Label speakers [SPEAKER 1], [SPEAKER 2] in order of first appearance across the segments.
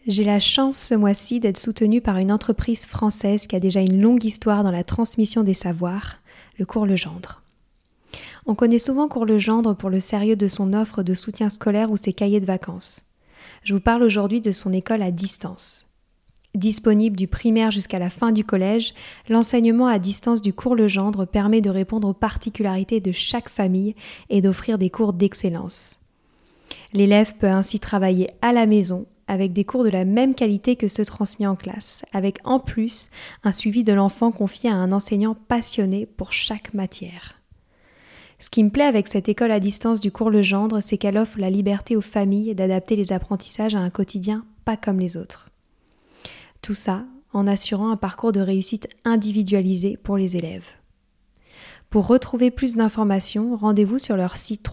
[SPEAKER 1] J'ai la chance ce mois-ci d'être soutenue par une entreprise française qui a déjà une longue histoire dans la transmission des savoirs, le Cours Legendre. On connaît souvent Cours Legendre pour le sérieux de son offre de soutien scolaire ou ses cahiers de vacances. Je vous parle aujourd'hui de son école à distance. Disponible du primaire jusqu'à la fin du collège, l'enseignement à distance du Cours Legendre permet de répondre aux particularités de chaque famille et d'offrir des cours d'excellence. L'élève peut ainsi travailler à la maison avec des cours de la même qualité que ceux transmis en classe, avec en plus un suivi de l'enfant confié à un enseignant passionné pour chaque matière. Ce qui me plaît avec cette école à distance du Cours Legendre, c'est qu'elle offre la liberté aux familles d'adapter les apprentissages à un quotidien pas comme les autres. Tout ça en assurant un parcours de réussite individualisé pour les élèves. Pour retrouver plus d'informations, rendez-vous sur leur site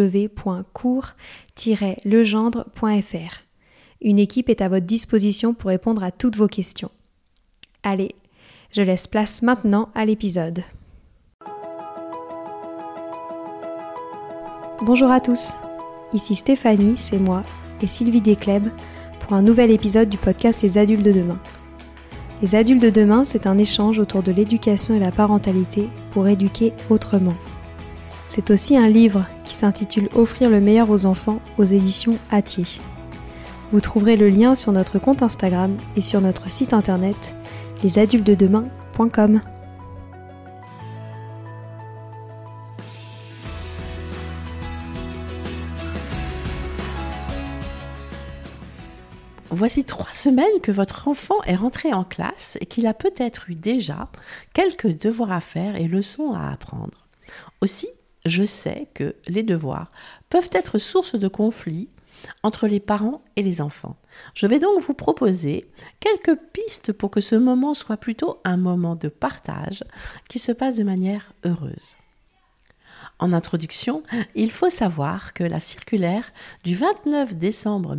[SPEAKER 1] www.cours-legendre.fr. Une équipe est à votre disposition pour répondre à toutes vos questions. Allez, je laisse place maintenant à l'épisode. Bonjour à tous, ici Stéphanie, c'est moi, et Sylvie Descleb pour un nouvel épisode du podcast Les Adultes de demain. Les Adultes de demain, c'est un échange autour de l'éducation et la parentalité pour éduquer autrement. C'est aussi un livre qui s'intitule Offrir le meilleur aux enfants aux éditions Hatier. Vous trouverez le lien sur notre compte Instagram et sur notre site internet lesadultesdedemain.com.
[SPEAKER 2] Voici 3 semaines que votre enfant est rentré en classe et qu'il a peut-être eu déjà quelques devoirs à faire et leçons à apprendre. Aussi, je sais que les devoirs peuvent être source de conflits entre les parents et les enfants. Je vais donc vous proposer quelques pistes pour que ce moment soit plutôt un moment de partage qui se passe de manière heureuse. En introduction, il faut savoir que la circulaire du 29 décembre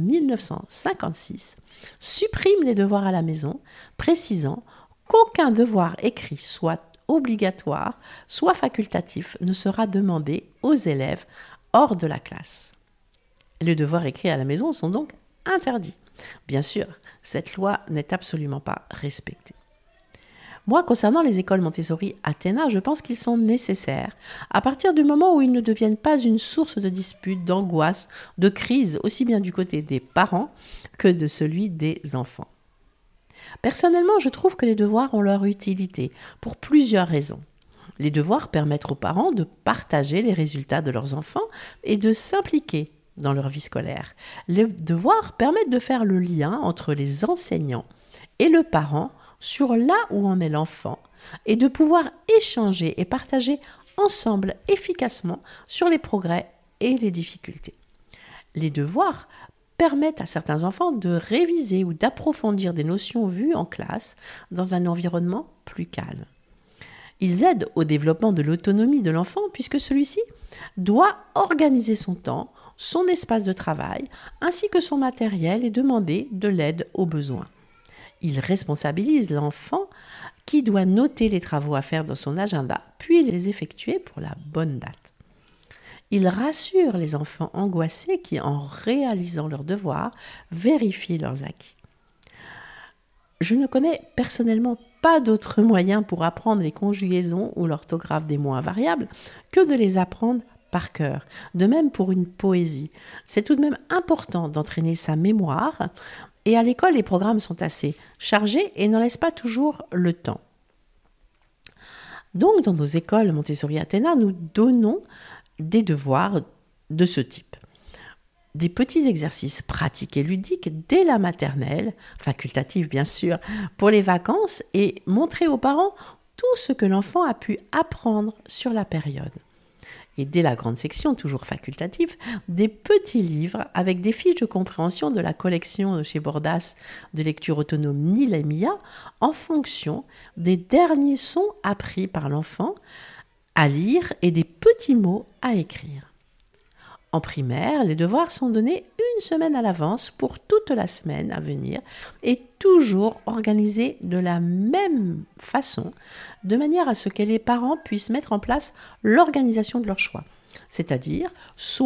[SPEAKER 2] 1956 supprime les devoirs à la maison, précisant qu'aucun devoir écrit soit obligatoire, soit facultatif ne sera demandé aux élèves hors de la classe. Les devoirs écrits à la maison sont donc interdits. Bien sûr, cette loi n'est absolument pas respectée. Moi, concernant les écoles Montessori Athéna, je pense qu'ils sont nécessaires à partir du moment où ils ne deviennent pas une source de disputes, d'angoisse, de crise, aussi bien du côté des parents que de celui des enfants. Personnellement, je trouve que les devoirs ont leur utilité pour plusieurs raisons. Les devoirs permettent aux parents de partager les résultats de leurs enfants et de s'impliquer dans leur vie scolaire. Les devoirs permettent de faire le lien entre les enseignants et le parent sur là où en est l'enfant et de pouvoir échanger et partager ensemble efficacement sur les progrès et les difficultés. Les devoirs permettent à certains enfants de réviser ou d'approfondir des notions vues en classe dans un environnement plus calme. Ils aident au développement de l'autonomie de l'enfant puisque celui-ci doit organiser son temps, son espace de travail, ainsi que son matériel et demander de l'aide aux besoins. Il responsabilise l'enfant qui doit noter les travaux à faire dans son agenda, puis les effectuer pour la bonne date. Il rassure les enfants angoissés qui, en réalisant leurs devoirs, vérifient leurs acquis. Je ne connais personnellement pas d'autre moyen pour apprendre les conjugaisons ou l'orthographe des mots invariables que de les apprendre par cœur. De même pour une poésie. C'est tout de même important d'entraîner sa mémoire et à l'école, les programmes sont assez chargés et n'en laissent pas toujours le temps. Donc, dans nos écoles Montessori Athéna, nous donnons des devoirs de ce type. Des petits exercices pratiques et ludiques dès la maternelle, facultatifs bien sûr, pour les vacances et montrer aux parents tout ce que l'enfant a pu apprendre sur la période. Et dès la grande section, toujours facultative, des petits livres avec des fiches de compréhension de la collection chez Bordas de lecture autonome Nil et Mia en fonction des derniers sons appris par l'enfant à lire et des petits mots à écrire. En primaire, les devoirs sont donnés une semaine à l'avance pour toute la semaine à venir et toujours organisés de la même façon, de manière à ce que les parents puissent mettre en place l'organisation de leur choix. C'est-à-dire, soit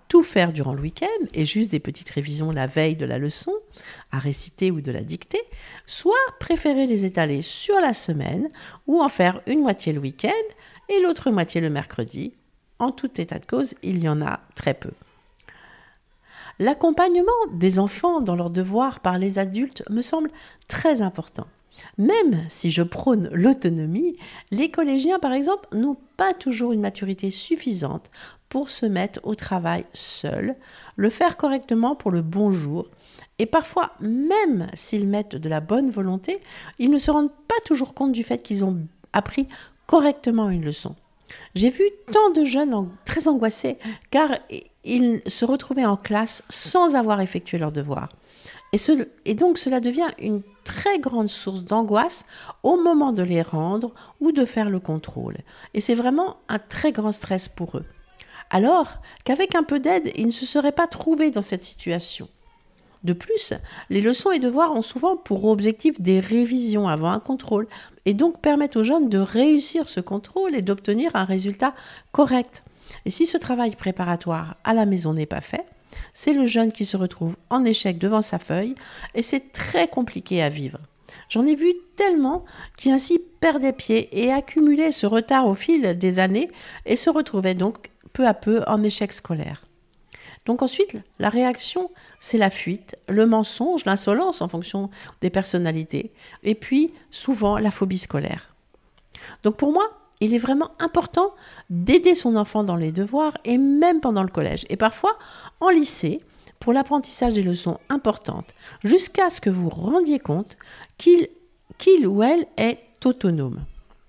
[SPEAKER 2] tout faire durant le week-end et juste des petites révisions la veille de la leçon à réciter ou de la dicter, soit préférer les étaler sur la semaine ou en faire une moitié le week-end et l'autre moitié le mercredi. En tout état de cause, il y en a très peu. L'accompagnement des enfants dans leurs devoirs par les adultes me semble très important. Même si je prône l'autonomie, les collégiens, par exemple, n'ont pas toujours une maturité suffisante pour se mettre au travail seuls, le faire correctement pour le bon jour. Et parfois, même s'ils mettent de la bonne volonté, ils ne se rendent pas toujours compte du fait qu'ils ont appris correctement une leçon. J'ai vu tant de jeunes très angoissés car ils se retrouvaient en classe sans avoir effectué leurs devoirs. Et donc cela devient une très grande source d'angoisse au moment de les rendre ou de faire le contrôle. Et c'est vraiment un très grand stress pour eux. Alors qu'avec un peu d'aide, ils ne se seraient pas trouvés dans cette situation. De plus, les leçons et devoirs ont souvent pour objectif des révisions avant un contrôle et donc permettent aux jeunes de réussir ce contrôle et d'obtenir un résultat correct. Et si ce travail préparatoire à la maison n'est pas fait, c'est le jeune qui se retrouve en échec devant sa feuille et c'est très compliqué à vivre. J'en ai vu tellement qui ainsi perdaient pied et accumulaient ce retard au fil des années et se retrouvaient donc peu à peu en échec scolaire. Donc ensuite, la réaction, c'est la fuite, le mensonge, l'insolence en fonction des personnalités, et puis souvent la phobie scolaire. Donc pour moi, il est vraiment important d'aider son enfant dans les devoirs et même pendant le collège, et parfois en lycée, pour l'apprentissage des leçons importantes, jusqu'à ce que vous rendiez compte qu'il ou elle est autonome.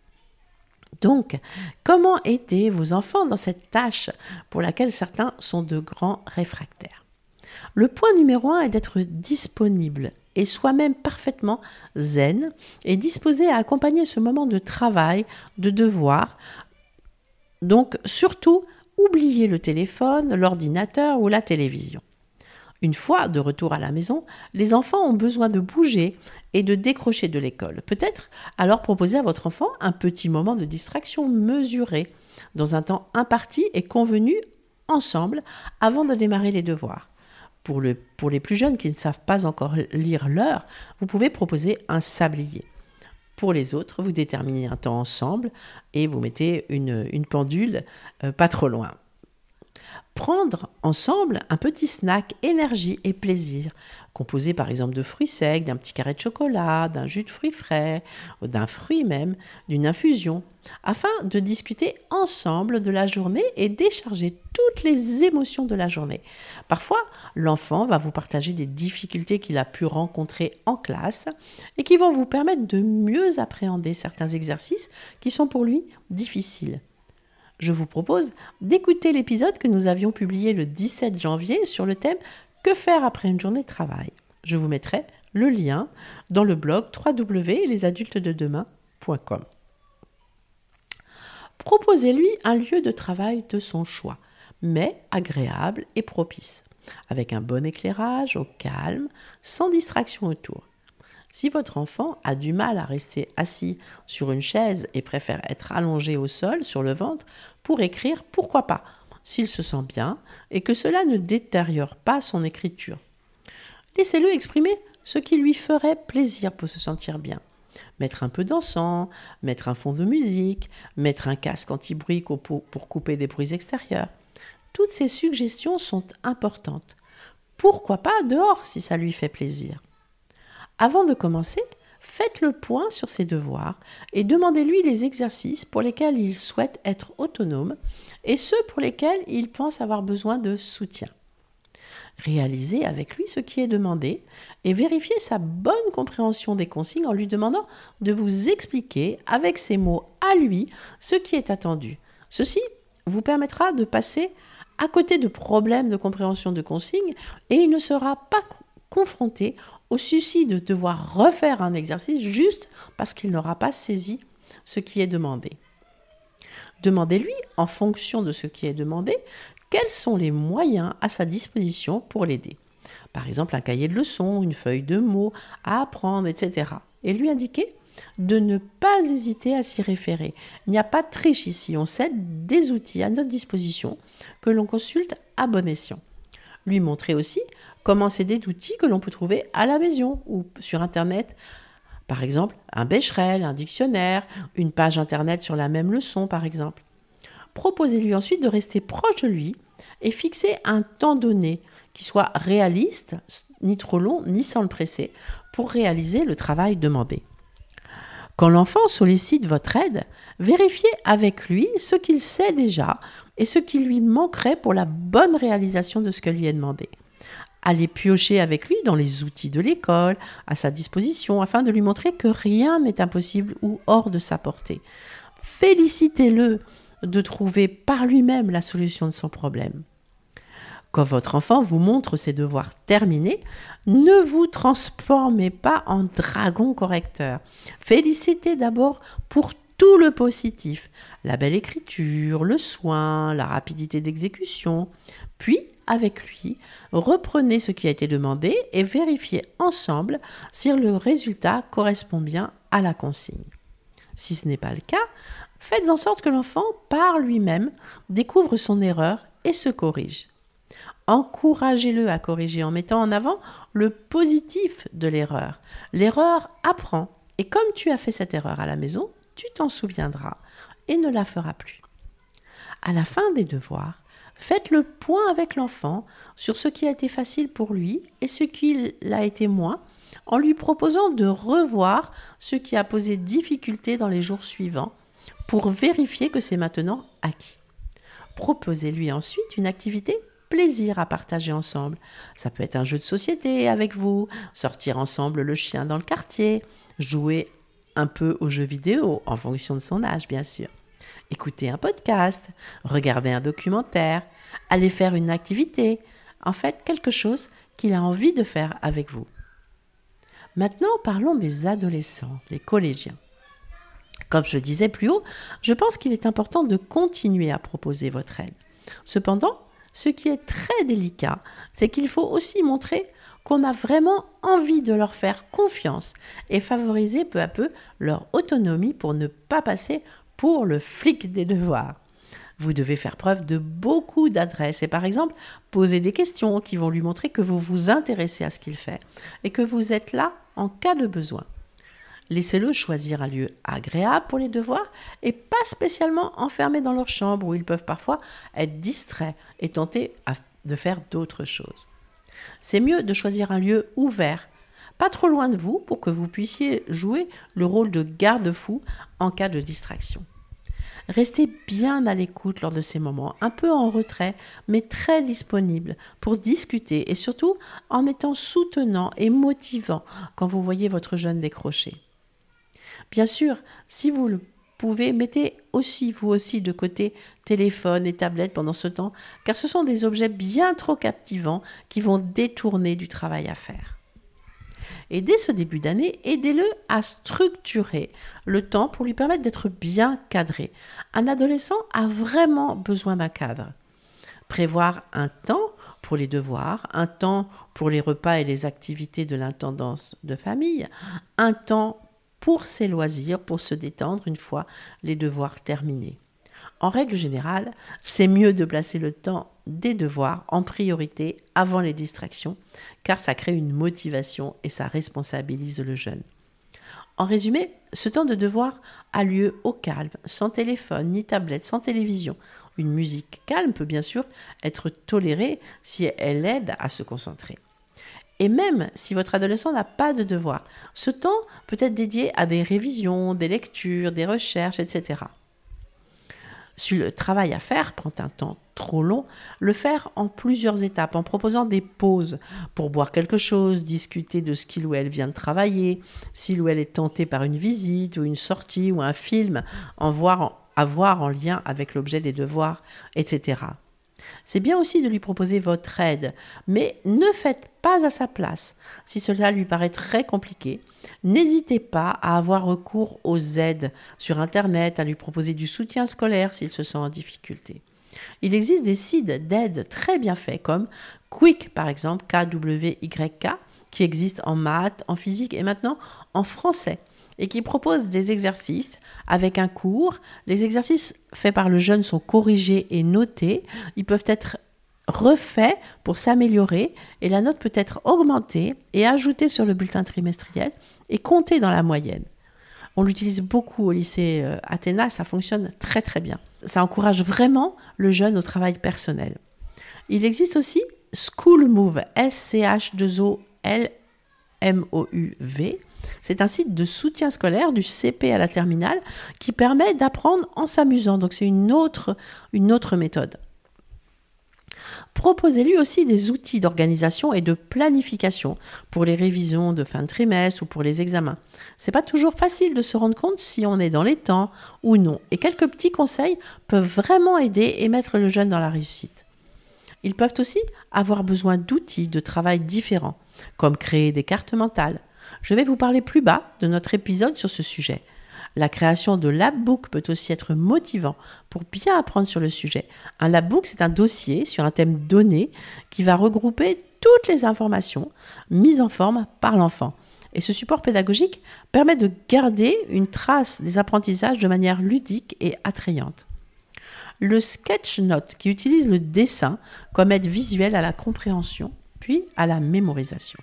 [SPEAKER 2] Donc, comment aider vos enfants dans cette tâche pour laquelle certains sont de grands réfractaires ? Le point numéro 1 est d'être disponible et soi-même parfaitement zen et disposé à accompagner ce moment de travail, de devoir. Donc, surtout, oubliez le téléphone, l'ordinateur ou la télévision. Une fois de retour à la maison, les enfants ont besoin de bouger et de décrocher de l'école. Peut-être alors proposer à votre enfant un petit moment de distraction mesuré, dans un temps imparti et convenu ensemble avant de démarrer les devoirs. Pour les plus jeunes qui ne savent pas encore lire l'heure, vous pouvez proposer un sablier. Pour les autres, vous déterminez un temps ensemble et vous mettez une pendule pas trop loin. Prendre ensemble un petit snack énergie et plaisir, composé par exemple de fruits secs, d'un petit carré de chocolat, d'un jus de fruits frais, d'un fruit même, d'une infusion, afin de discuter ensemble de la journée et décharger toutes les émotions de la journée. Parfois, l'enfant va vous partager des difficultés qu'il a pu rencontrer en classe et qui vont vous permettre de mieux appréhender certains exercices qui sont pour lui difficiles. Je vous propose d'écouter l'épisode que nous avions publié le 17 janvier sur le thème « Que faire après une journée de travail ?» Je vous mettrai le lien dans le blog www.lesadultesdedemain.com. Proposez-lui un lieu de travail de son choix, mais agréable et propice, avec un bon éclairage, au calme, sans distraction autour. Si votre enfant a du mal à rester assis sur une chaise et préfère être allongé au sol, sur le ventre, pour écrire, pourquoi pas, s'il se sent bien et que cela ne détériore pas son écriture. Laissez-le exprimer ce qui lui ferait plaisir pour se sentir bien. Mettre un peu d'encens, mettre un fond de musique, mettre un casque anti-bruit pour couper des bruits extérieurs. Toutes ces suggestions sont importantes. Pourquoi pas dehors si ça lui fait plaisir ? Avant de commencer, faites le point sur ses devoirs et demandez-lui les exercices pour lesquels il souhaite être autonome et ceux pour lesquels il pense avoir besoin de soutien. Réalisez avec lui ce qui est demandé et vérifiez sa bonne compréhension des consignes en lui demandant de vous expliquer avec ses mots à lui ce qui est attendu. Ceci vous permettra de passer à côté de problèmes de compréhension de consignes et il ne sera pas confronté au souci de devoir refaire un exercice juste parce qu'il n'aura pas saisi ce qui est demandé. Demandez-lui, en fonction de ce qui est demandé, quels sont les moyens à sa disposition pour l'aider. Par exemple, un cahier de leçons, une feuille de mots à apprendre, etc. Et lui indiquer de ne pas hésiter à s'y référer. Il n'y a pas de triche ici, on cède des outils à notre disposition que l'on consulte à bon escient. Lui montrer aussi comment s'aider d'outils que l'on peut trouver à la maison ou sur Internet. Par exemple, un Becherel, un dictionnaire, une page Internet sur la même leçon par exemple. Proposez-lui ensuite de rester proche de lui et fixer un temps donné qui soit réaliste, ni trop long, ni sans le presser, pour réaliser le travail demandé. Quand l'enfant sollicite votre aide, vérifiez avec lui ce qu'il sait déjà et ce qui lui manquerait pour la bonne réalisation de ce que lui est demandé. Allez piocher avec lui dans les outils de l'école, à sa disposition, afin de lui montrer que rien n'est impossible ou hors de sa portée. Félicitez-le de trouver par lui-même la solution de son problème. Quand votre enfant vous montre ses devoirs terminés, ne vous transformez pas en dragon correcteur. Félicitez d'abord pour tout le positif, la belle écriture, le soin, la rapidité d'exécution. Puis, avec lui, reprenez ce qui a été demandé et vérifiez ensemble si le résultat correspond bien à la consigne. Si ce n'est pas le cas, faites en sorte que l'enfant, par lui-même, découvre son erreur et se corrige. Encouragez-le à corriger en mettant en avant le positif de l'erreur. L'erreur apprend et comme tu as fait cette erreur à la maison, tu t'en souviendras et ne la feras plus. À la fin des devoirs, faites le point avec l'enfant sur ce qui a été facile pour lui et ce qui l'a été moins, en lui proposant de revoir ce qui a posé difficulté dans les jours suivants pour vérifier que c'est maintenant acquis. Proposez-lui ensuite une activité plaisir à partager ensemble. Ça peut être un jeu de société avec vous, sortir ensemble le chien dans le quartier, jouer un peu aux jeux vidéo en fonction de son âge bien sûr. Écouter un podcast, regarder un documentaire, aller faire une activité, en fait quelque chose qu'il a envie de faire avec vous. Maintenant parlons des adolescents, des collégiens. Comme je disais plus haut, je pense qu'il est important de continuer à proposer votre aide. Cependant, ce qui est très délicat, c'est qu'il faut aussi montrer qu'on a vraiment envie de leur faire confiance et favoriser peu à peu leur autonomie pour ne pas passer pour le flic des devoirs. Vous devez faire preuve de beaucoup d'adresse et par exemple poser des questions qui vont lui montrer que vous vous intéressez à ce qu'il fait et que vous êtes là en cas de besoin. Laissez-le choisir un lieu agréable pour les devoirs et pas spécialement enfermés dans leur chambre où ils peuvent parfois être distraits et tentés de faire d'autres choses. C'est mieux de choisir un lieu ouvert, pas trop loin de vous pour que vous puissiez jouer le rôle de garde-fou en cas de distraction. Restez bien à l'écoute lors de ces moments, un peu en retrait, mais très disponible pour discuter et surtout en étant soutenant et motivant quand vous voyez votre jeune décrocher. Bien sûr, si vous le pouvez, mettez aussi, vous aussi, de côté téléphone et tablette pendant ce temps, car ce sont des objets bien trop captivants qui vont détourner du travail à faire. Et dès ce début d'année, aidez-le à structurer le temps pour lui permettre d'être bien cadré. Un adolescent a vraiment besoin d'un cadre. Prévoir un temps pour les devoirs, un temps pour les repas et les activités de l'intendance de famille, un temps pour ses loisirs, pour se détendre une fois les devoirs terminés. En règle générale, c'est mieux de placer le temps des devoirs en priorité avant les distractions, car ça crée une motivation et ça responsabilise le jeune. En résumé, ce temps de devoir a lieu au calme, sans téléphone ni tablette, sans télévision. Une musique calme peut bien sûr être tolérée si elle aide à se concentrer. Et même si votre adolescent n'a pas de devoir, ce temps peut être dédié à des révisions, des lectures, des recherches, etc. Si le travail à faire prend un temps trop long, le faire en plusieurs étapes, en proposant des pauses pour boire quelque chose, discuter de ce qu'il ou elle vient de travailler, s'il ou elle est tenté par une visite ou une sortie ou un film à voir en lien avec l'objet des devoirs, etc. C'est bien aussi de lui proposer votre aide, mais ne faites pas à sa place. Si cela lui paraît très compliqué, n'hésitez pas à avoir recours aux aides sur Internet, à lui proposer du soutien scolaire s'il se sent en difficulté. Il existe des sites d'aide très bien faits comme Kwik par exemple, KWYK, qui existe en maths, en physique et maintenant en français et qui propose des exercices avec un cours. Les exercices faits par le jeune sont corrigés et notés. Ils peuvent être refaits pour s'améliorer et la note peut être augmentée et ajoutée sur le bulletin trimestriel et comptée dans la moyenne. On l'utilise beaucoup au lycée Athéna, ça fonctionne très très bien. Ça encourage vraiment le jeune au travail personnel. Il existe aussi School Move, SCH2OLMOUV. C'est un site de soutien scolaire du CP à la terminale qui permet d'apprendre en s'amusant. Donc c'est une autre méthode. Proposez lui aussi des outils d'organisation et de planification pour les révisions de fin de trimestre ou pour les examens. C'est pas toujours facile de se rendre compte si on est dans les temps ou non. Et quelques petits conseils peuvent vraiment aider et mettre le jeune dans la réussite. Ils peuvent aussi avoir besoin d'outils de travail différents, comme créer des cartes mentales. Je vais vous parler plus bas de notre épisode sur ce sujet. La création de labbook peut aussi être motivant pour bien apprendre sur le sujet. Un labbook, c'est un dossier sur un thème donné qui va regrouper toutes les informations mises en forme par l'enfant. Et ce support pédagogique permet de garder une trace des apprentissages de manière ludique et attrayante. Le sketch note qui utilise le dessin comme aide visuelle à la compréhension puis à la mémorisation.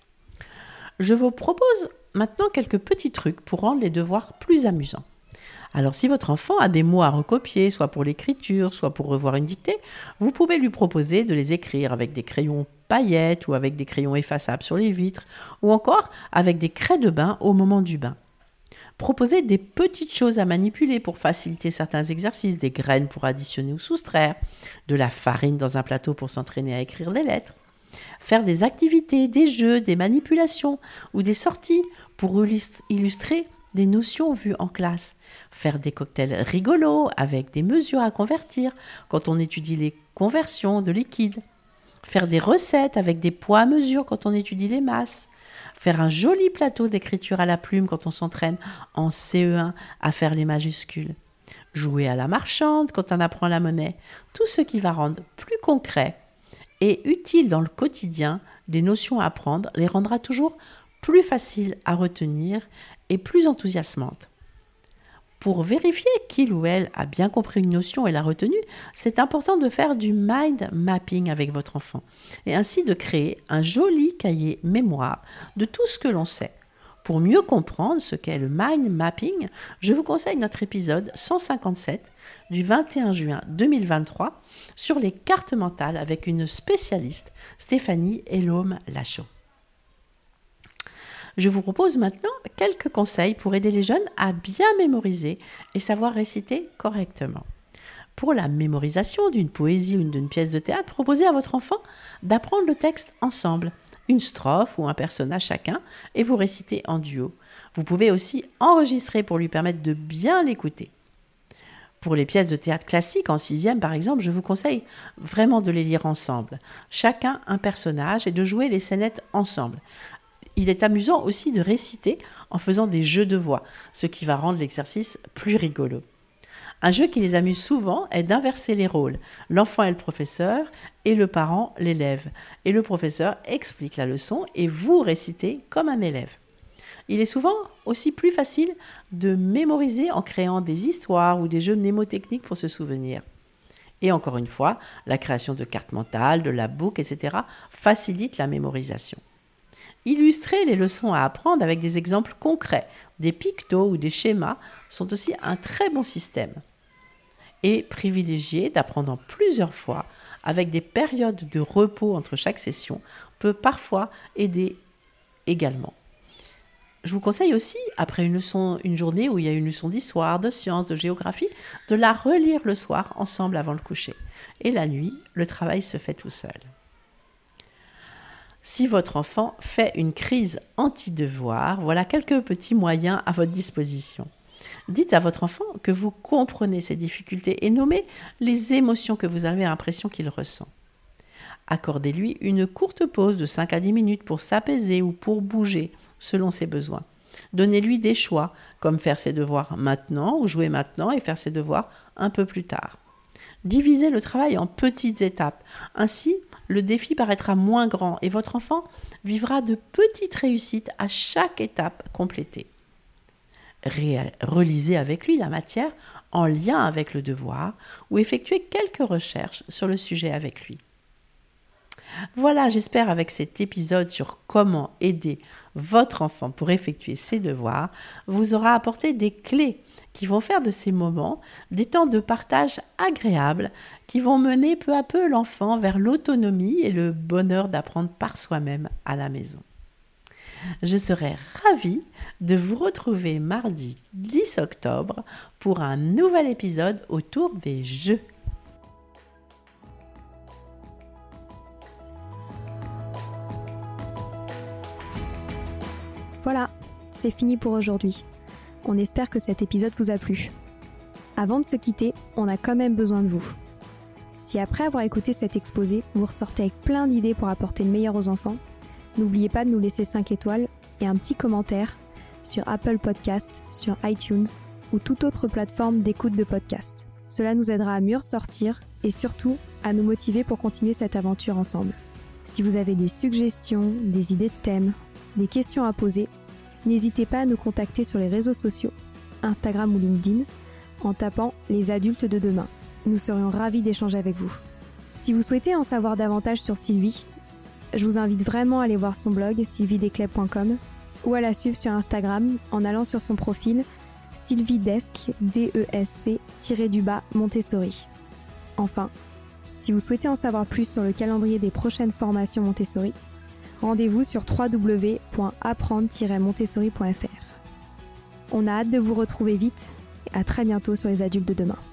[SPEAKER 2] Je vous propose maintenant quelques petits trucs pour rendre les devoirs plus amusants. Alors si votre enfant a des mots à recopier, soit pour l'écriture, soit pour revoir une dictée, vous pouvez lui proposer de les écrire avec des crayons paillettes ou avec des crayons effaçables sur les vitres, ou encore avec des craies de bain au moment du bain. Proposez des petites choses à manipuler pour faciliter certains exercices, des graines pour additionner ou soustraire, de la farine dans un plateau pour s'entraîner à écrire des lettres. Faire des activités, des jeux, des manipulations ou des sorties pour illustrer des notions vues en classe. Faire des cocktails rigolos avec des mesures à convertir quand on étudie les conversions de liquide. Faire des recettes avec des poids à mesure quand on étudie les masses. Faire un joli plateau d'écriture à la plume quand on s'entraîne en CE1 à faire les majuscules. Jouer à la marchande quand on apprend la monnaie. Tout ce qui va rendre plus concret et utile dans le quotidien des notions à apprendre les rendra toujours plus faciles à retenir et plus enthousiasmantes. Pour vérifier qu'il ou elle a bien compris une notion et l'a retenue, c'est important de faire du mind mapping avec votre enfant et ainsi de créer un joli cahier mémoire de tout ce que l'on sait. Pour mieux comprendre ce qu'est le mind mapping, je vous conseille notre épisode 157 du 21 juin 2023 sur les cartes mentales avec une spécialiste, Stéphanie Elhomme-Lachaud. Je vous propose maintenant quelques conseils pour aider les jeunes à bien mémoriser et savoir réciter correctement. Pour la mémorisation d'une poésie ou d'une pièce de théâtre, proposez à votre enfant d'apprendre le texte ensemble, une strophe ou un personnage chacun, et vous récitez en duo. Vous pouvez aussi enregistrer pour lui permettre de bien l'écouter. Pour les pièces de théâtre classiques en 6e par exemple, je vous conseille vraiment de les lire ensemble. Chacun un personnage et de jouer les scénettes ensemble. Il est amusant aussi de réciter en faisant des jeux de voix, ce qui va rendre l'exercice plus rigolo. Un jeu qui les amuse souvent est d'inverser les rôles. L'enfant est le professeur et le parent l'élève. Et le professeur explique la leçon et vous récitez comme un élève. Il est souvent aussi plus facile de mémoriser en créant des histoires ou des jeux mnémotechniques pour se souvenir. Et encore une fois, la création de cartes mentales, de labbook, etc. facilite la mémorisation. Illustrer les leçons à apprendre avec des exemples concrets, des pictos ou des schémas sont aussi un très bon système. Et privilégier d'apprendre en plusieurs fois avec des périodes de repos entre chaque session peut parfois aider également. Je vous conseille aussi, après une journée où il y a une leçon d'histoire, de sciences, de géographie, de la relire le soir ensemble avant le coucher. Et la nuit, le travail se fait tout seul. Si votre enfant fait une crise anti-devoir, voilà quelques petits moyens à votre disposition. Dites à votre enfant que vous comprenez ses difficultés et nommez les émotions que vous avez l'impression qu'il ressent. Accordez-lui une courte pause de 5 à 10 minutes pour s'apaiser ou pour bouger selon ses besoins. Donnez-lui des choix, comme faire ses devoirs maintenant ou jouer maintenant et faire ses devoirs un peu plus tard. Divisez le travail en petites étapes. Ainsi, le défi paraîtra moins grand et votre enfant vivra de petites réussites à chaque étape complétée. Relisez avec lui la matière en lien avec le devoir ou effectuez quelques recherches sur le sujet avec lui. Voilà, j'espère avec cet épisode sur comment aider votre enfant pour effectuer ses devoirs, vous aura apporté des clés qui vont faire de ces moments des temps de partage agréables qui vont mener peu à peu l'enfant vers l'autonomie et le bonheur d'apprendre par soi-même à la maison. Je serai ravie de vous retrouver mardi 10 octobre pour un nouvel épisode autour des jeux.
[SPEAKER 1] Voilà, c'est fini pour aujourd'hui. On espère que cet épisode vous a plu. Avant de se quitter, on a quand même besoin de vous. Si après avoir écouté cet exposé, vous ressortez avec plein d'idées pour apporter le meilleur aux enfants, n'oubliez pas de nous laisser 5 étoiles et un petit commentaire sur Apple Podcasts, sur iTunes ou toute autre plateforme d'écoute de podcast. Cela nous aidera à mieux ressortir et surtout à nous motiver pour continuer cette aventure ensemble. Si vous avez des suggestions, des idées de thèmes, des questions à poser, n'hésitez pas à nous contacter sur les réseaux sociaux, Instagram ou LinkedIn, en tapant « Les adultes de demain ». Nous serions ravis d'échanger avec vous. Si vous souhaitez en savoir davantage sur Sylvie, je vous invite vraiment à aller voir son blog sylviedesclés.com ou à la suivre sur Instagram en allant sur son profil sylviedesc, DESC-Montessori. Enfin, si vous souhaitez en savoir plus sur le calendrier des prochaines formations Montessori, rendez-vous sur www.apprendre-montessori.fr. On a hâte de vous retrouver vite et à très bientôt sur les adultes de demain.